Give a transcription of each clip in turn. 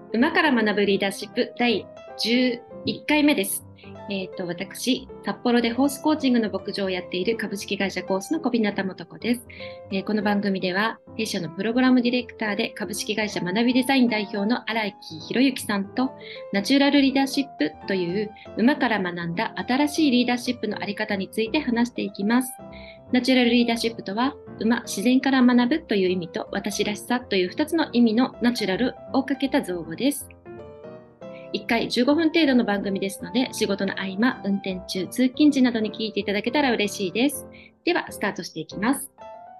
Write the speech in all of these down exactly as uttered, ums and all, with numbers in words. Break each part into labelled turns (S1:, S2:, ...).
S1: 馬から学ぶリーダーシップだいじゅういっかいめです。えっと、私、札幌でホースコーチングの牧場をやっている株式会社コースの小日向素子です。えーこの番組では、弊社のプログラムディレクターで株式会社学びデザイン代表の荒木博之さんと、ナチュラルリーダーシップという馬から学んだ新しいリーダーシップのあり方について話していきます。ナチュラルリーダーシップとは、馬、自然から学ぶという意味と、私らしさというふたつの意味のナチュラルをかけた造語です。いっかいじゅうごふん程度の番組ですので、仕事の合間、運転中、通勤時などに聞いていただけたら嬉しいです。では、スタートしていきます。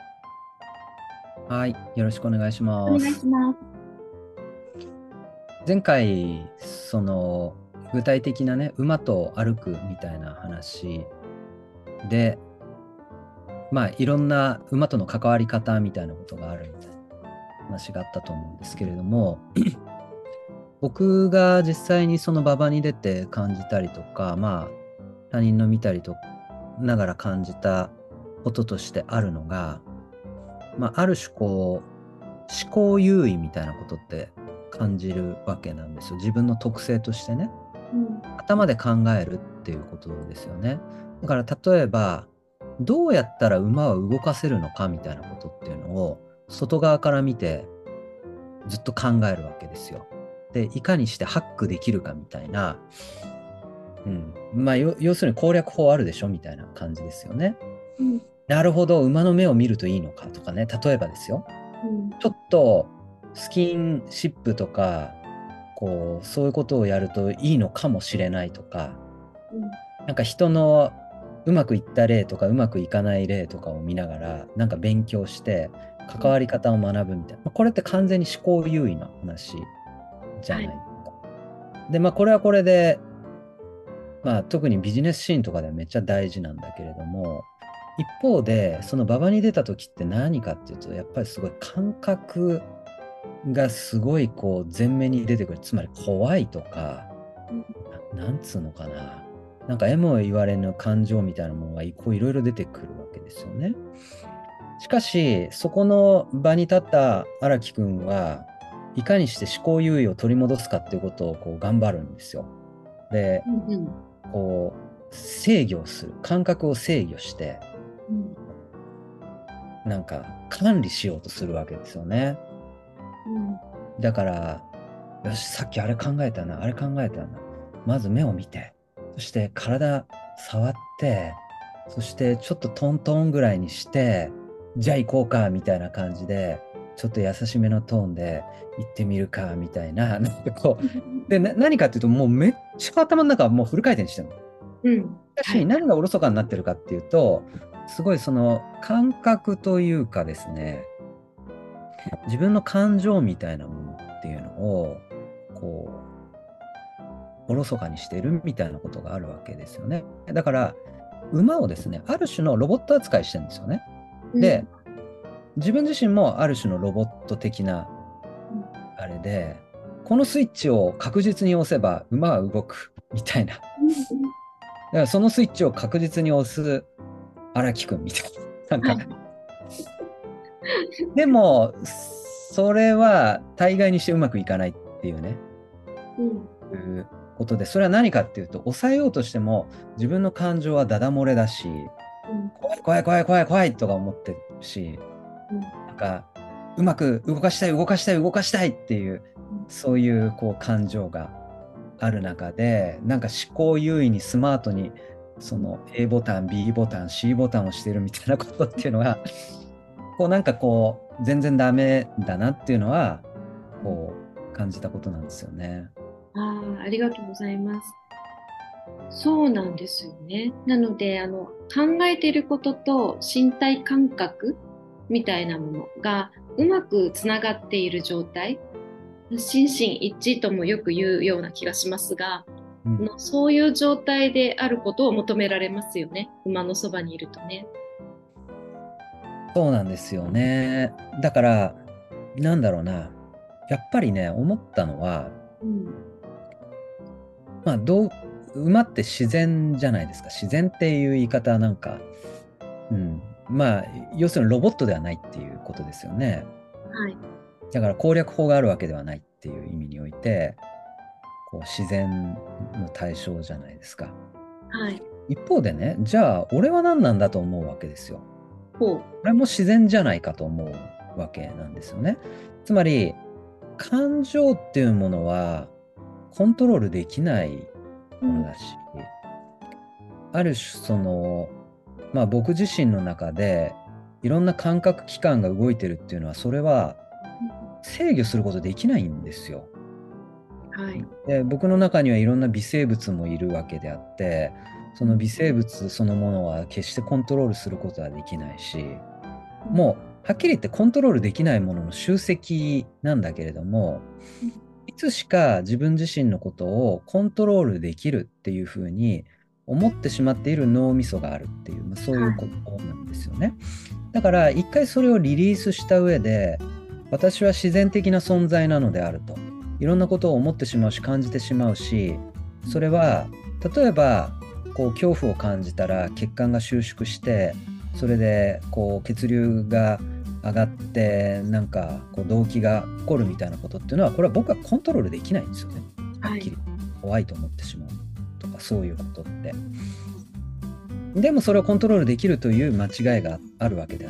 S2: はい、よろしくお願いし
S1: お願いし
S2: ます。
S1: ます。
S2: 前回、その具体的なね、馬と歩くみたいな話で、まあいろんな馬との関わり方みたいなことがあるみたいな話があったと思うんですけれども、僕が実際にその馬場に出て感じたりとか、まあ他人の見たりとながら感じたこととしてあるのが、まあある種こう思考優位みたいなことって感じるわけなんですよ。自分の特性としてね。
S1: うん、
S2: 頭で考えるっていうことですよね。だから例えば、どうやったら馬は動かせるのかみたいなことっていうのを外側から見てずっと考えるわけですよ。で、いかにしてハックできるかみたいな、うん、まあ要するに攻略法あるでしょみたいな感じですよね。
S1: うん、
S2: なるほど、馬の目を見るといいのかとかね、例えばですよ。
S1: うん、
S2: ちょっとスキンシップとか、こう、そういうことをやるといいのかもしれないとか、
S1: うん、
S2: なんか人のうまくいった例とかうまくいかない例とかを見ながら、なんか勉強して関わり方を学ぶみたいな。まあこれって完全に思考優位な話じゃ
S1: はい。
S2: ないですか。で、まあこれはこれで、まあ特にビジネスシーンとかではめっちゃ大事なんだけれども、一方で、その馬場に出た時って何かっていうと、やっぱりすごい感覚がすごいこう前面に出てくる。つまり怖いとか、
S1: うん、
S2: ななんつうのかな。なんかえも言われぬ感情みたいなものがこういろいろ出てくるわけですよね。しかし、そこの場に立った荒木くんはいかにして思考優位を取り戻すかっていうことをこう頑張るんですよ。で、
S1: うん、うん、
S2: こう制御をする。感覚を制御して、
S1: うん、
S2: なんか管理しようとするわけですよね。
S1: うん、
S2: だから、よし、さっきあれ考えたな、あれ考えたな。まず目を見て、そして体触って、そしてちょっとトントンぐらいにして、じゃあ行こうか、みたいな感じで、ちょっと優しめのトーンで行ってみるか、みたいな、なんかこう。で、な何かっていうと、もうめっちゃ頭の中はもうフル回転してるの。し
S1: うん、
S2: かし、
S1: はい。
S2: 何がおろそかになってるかっていうと、すごいその感覚というかですね、自分の感情みたいなものっていうのを、こう、おろそかにしてるみたいなことがあるわけですよね。だから、馬をですね、ある種のロボット扱いしてるんですよね。
S1: うん、
S2: で、自分自身もある種のロボット的なあれで、このスイッチを確実に押せば馬は動くみたいな。だか
S1: うん、うん、
S2: らそのスイッチを確実に押す荒木くんみたいな。なんか、
S1: はい。
S2: でも、それは大概にしてうまくいかないっていうね。
S1: うん、
S2: いうことで、それは何かっていうと、抑えようとしても自分の感情はダダ漏れだし、
S1: うん、
S2: 怖い怖い怖い怖い怖いとか思ってるし、
S1: うん、
S2: なんかうまく動かしたい動かしたい動かしたいっていう、そういうこう感情がある中で、なんか思考優位にスマートにその A ボタン B ボタン C ボタンをしてるみたいなことっていうのがこうなんかこう全然ダメだなっていうのはこう感じたことなんですよね。
S1: ああ、ありがとうございます。そうなんですよね。なので、あの、考えていることと身体感覚みたいなものがうまくつながっている状態、心身一致ともよく言うような気がしますが、
S2: うん、
S1: のそういう状態であることを求められますよね。馬のそばにいるとね。
S2: そうなんですよね。だから、なんだろうな。やっぱりね、思ったのは、
S1: うん、
S2: まあ、どう、馬って自然じゃないですか。自然っていう言い方はなんか、うん。まあ、要するにロボットではないっていうことですよね。
S1: はい。
S2: だから攻略法があるわけではない。 っていう意味においてこう自然の対象じゃないですか。
S1: はい。
S2: 一方でね、じゃあ俺は何なんだと思うわけですよ。
S1: ほう。
S2: これも自然じゃないかと思うわけなんですよね。つまり感情っていうものはコントロールできないものだし、ある種そのまあ僕自身の中でいろんな感覚器官が動いてるっていうのは、それは制御することできないんですよ。
S1: はい。
S2: で、僕の中にはいろんな微生物もいるわけであって、その微生物そのものは決してコントロールすることはできないし、もうはっきり言ってコントロールできないものの集積なんだけれども、いつしか自分自身のことをコントロールできるっていうふうに思ってしまっている脳みそがあるっていう、まあ、そういうことなんですよね。だから一回それをリリースした上で、私は自然的な存在なのであると、いろんなことを思ってしまうし感じてしまうし、それは例えばこう恐怖を感じたら血管が収縮して、それでこう血流が上がってなんかこう動悸が起こるみたいなことっていうのは、これは僕はコントロールできないんですよね。はっきり怖いと思ってしまうとかそういうことって。でもそれをコントロールできるという間違いがあるわけであって、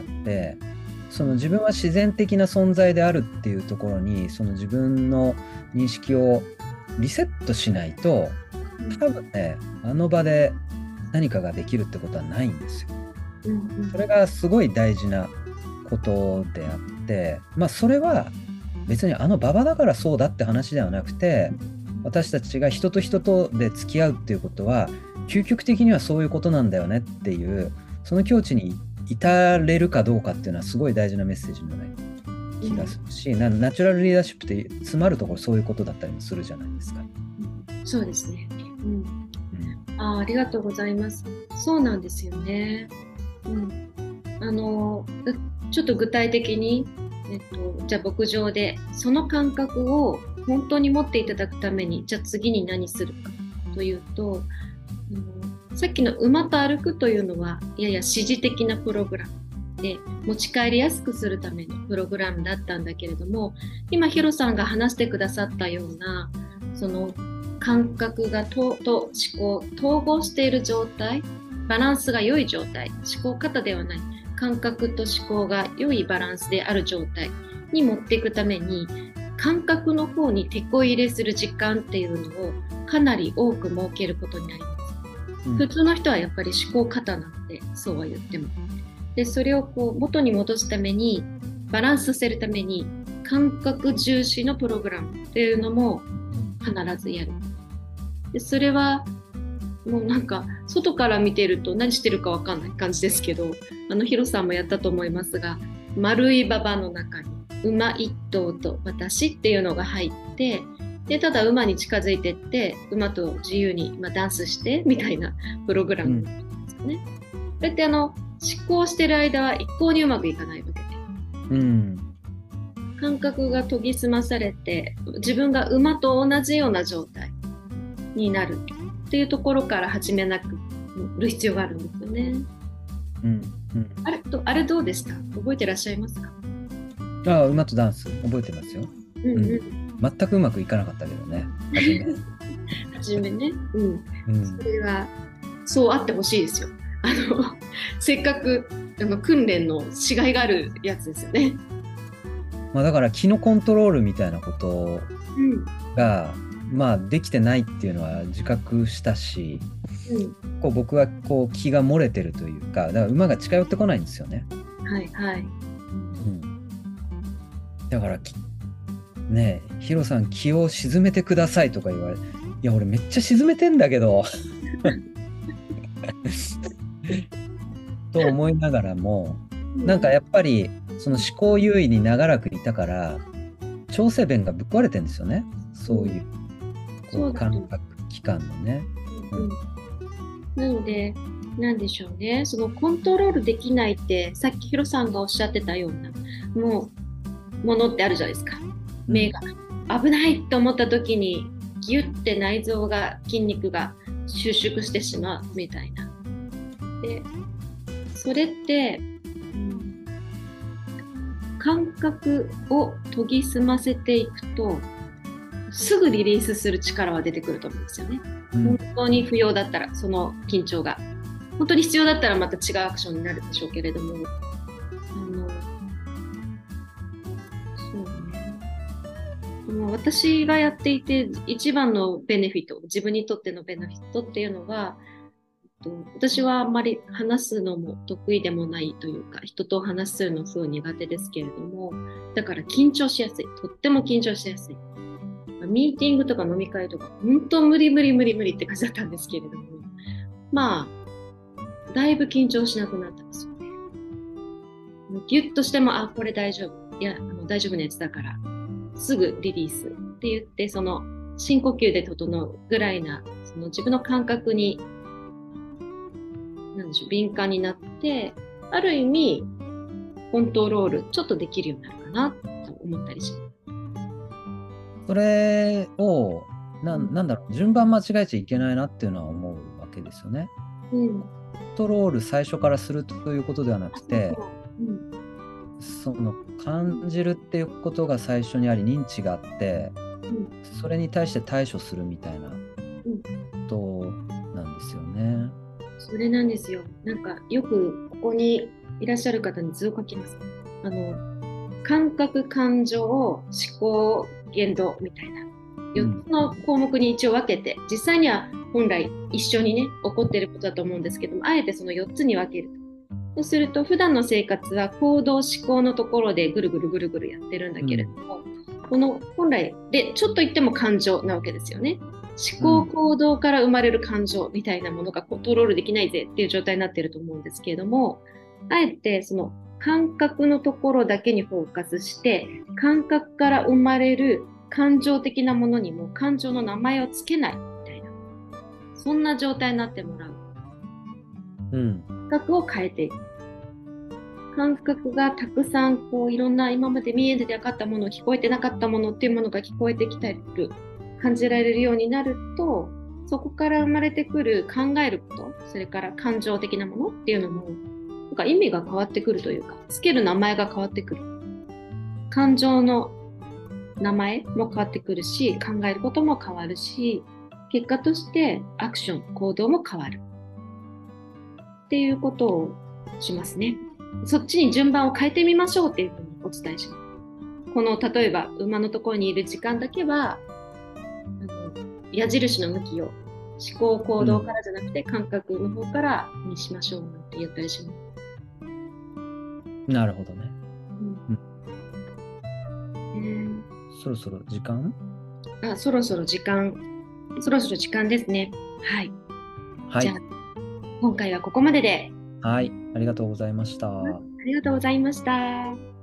S2: その自分は自然的な存在であるっていうところに、その自分の認識をリセットしないと、多分ね、あの場で何かができるってことはないんですよ。それがすごい大事なことであって、まあそれは別にあの馬場だからそうだって話ではなくて、私たちが人と人とで付き合うっていうことは究極的にはそういうことなんだよねっていう、その境地に至れるかどうかっていうのはすごい大事なメッセージのね気がするし、ナナチュラルリーダーシップって詰まるところそういうことだったりもするじゃないですか。
S1: そうですね。うん。うん、あ、ありがとうございます。そうなんですよね。うん。あのちょっと具体的に、えっと、じゃあ牧場でその感覚を本当に持っていただくために、じゃあ次に何するかというと、うん、さっきの馬と歩くというのはやや指示的なプログラムで持ち帰りやすくするためのプログラムだったんだけれども、今ヒロさんが話してくださったようなその感覚がとと思考統合している状態、バランスが良い状態、思考型ではない感覚と思考が良いバランスである状態に持っていくために、感覚の方に手こ入れする時間っていうのをかなり多く設けることになります。うん、普通の人はやっぱり思考型なので、そうは言っても。で、それをこう元に戻すために、バランスさせるために、感覚重視のプログラムっていうのも必ずやる。で、それはもうなんか外から見てると何してるか分かんない感じですけど、あのヒロさんもやったと思いますが、丸い馬場の中に馬一頭と私っていうのが入って、でただ馬に近づいてって馬と自由に、まあ、ダンスしてみたいなプログラムなんですよね。それってあの思考してる間は一向にうまくいかないわけで、うん、感覚が研ぎ澄まされて自分が馬と同じような状態になるっていうところから始めなくる必要があるんですよね。うんうん、あれとあれどうでした？覚えてらっしゃいますか？
S2: ああ、馬とダンス覚えてますよ。うんうんうん、全くうまくいかなかったけどね、初め
S1: 初めね、うんうん、それはそうあってほしいですよ。あのせっかくあの訓練のしがいがあるやつですよね。
S2: まあ、だから気のコントロールみたいなことが、うん、まあできてないっていうのは自覚したし、うん、こう僕はこう気が漏れてるというか、だから馬が近寄ってこないんですよね。
S1: はいはい。うん、
S2: だからねえ、ヒロさん気を沈めてくださいとか言われ、いや俺めっちゃ沈めてんだけどと思いながらも、なんかやっぱりその思考優位に長らくいたから調整弁がぶっ壊れてるんですよね。そういう、こう感覚器官のね、うん、
S1: なのでなんでしょうね、そのコントロールできないってさっきヒロさんがおっしゃってたようなもうものってあるじゃないですか。目が危ないと思った時にギュッて内臓が筋肉が収縮してしまうみたいな。でそれって、うん、感覚を研ぎ澄ませていくとすぐリリースする力は出てくると思うんですよね。
S2: うん
S1: 本当に不要だったら、その緊張が。本当に必要だったらまた違うアクションになるでしょうけれども、あの、そうね。あの私がやっていて一番のベネフィット、自分にとってのベネフィットっていうのが、と私はあんまり話すのも得意でもないというか、人と話すのすごい苦手ですけれども、だから緊張しやすい。とっても緊張しやすい。ミーティングとか飲み会とか、本当無理無理無理無理って感じだったんですけれども、まあ、だいぶ緊張しなくなったんですよね。ギュッとしても、あ、これ大丈夫。いや、あの大丈夫なやつだから、すぐリリースって言って、その深呼吸で整うぐらいな、その自分の感覚に、なんでしょう、敏感になって、ある意味、コントロール、ちょっとできるようになるかなと思ったりします。
S2: それをな、なんだろう、順番間違えちゃいけないなっていうのは思うわけですよね。
S1: うん、
S2: コントロール最初からするということではなくて、
S1: うん、
S2: その感じるっていうことが最初にあり、認知があって、
S1: うん、
S2: それに対して対処するみたいなことなんですよね。
S1: それなんですよ。なんかよくここにいらっしゃる方に図を書きます。あの、感覚、感情、思考、言動みたいなよっつの項目に一応分けて、実際には本来一緒にね、起こっていることだと思うんですけども、あえてそのよっつに分ける。そうすると、普段の生活は行動、思考のところでぐるぐるぐるぐるやってるんだけれども、うん、この本来でちょっと言っても感情なわけですよね。思考行動から生まれる感情みたいなものがコントロールできないぜっていう状態になっていると思うんですけれども、あえてその感覚のところだけにフォーカスして、感覚から生まれる感情的なものにも感情の名前をつけないみたいな、そんな状態になってもらう。うん、感覚を変えていく。感覚がたくさんこういろんな今まで見えてなかったもの、聞こえてなかったものっていうものが聞こえてきたりする。感じられるようになると、そこから生まれてくる考えること、それから感情的なものっていうのも、なんか意味が変わってくるというか、つける名前が変わってくる。感情の名前も変わってくるし、考えることも変わるし、結果としてアクション、行動も変わる。っていうことをしますね。そっちに順番を変えてみましょうっていうふうにお伝えします。この例えば馬のところにいる時間だけは、矢印の向きを思考行動からじゃなくて感覚の方からにしましょうって言ったりします。
S2: なるほどね。
S1: うんえー、
S2: そろそろ時間？
S1: あ、そろそろ時間、そろそろ時間ですね。はい。
S2: はい。
S1: じゃあ今回はここまでで。
S2: はい、ありがとうございました。
S1: ありがとうございました。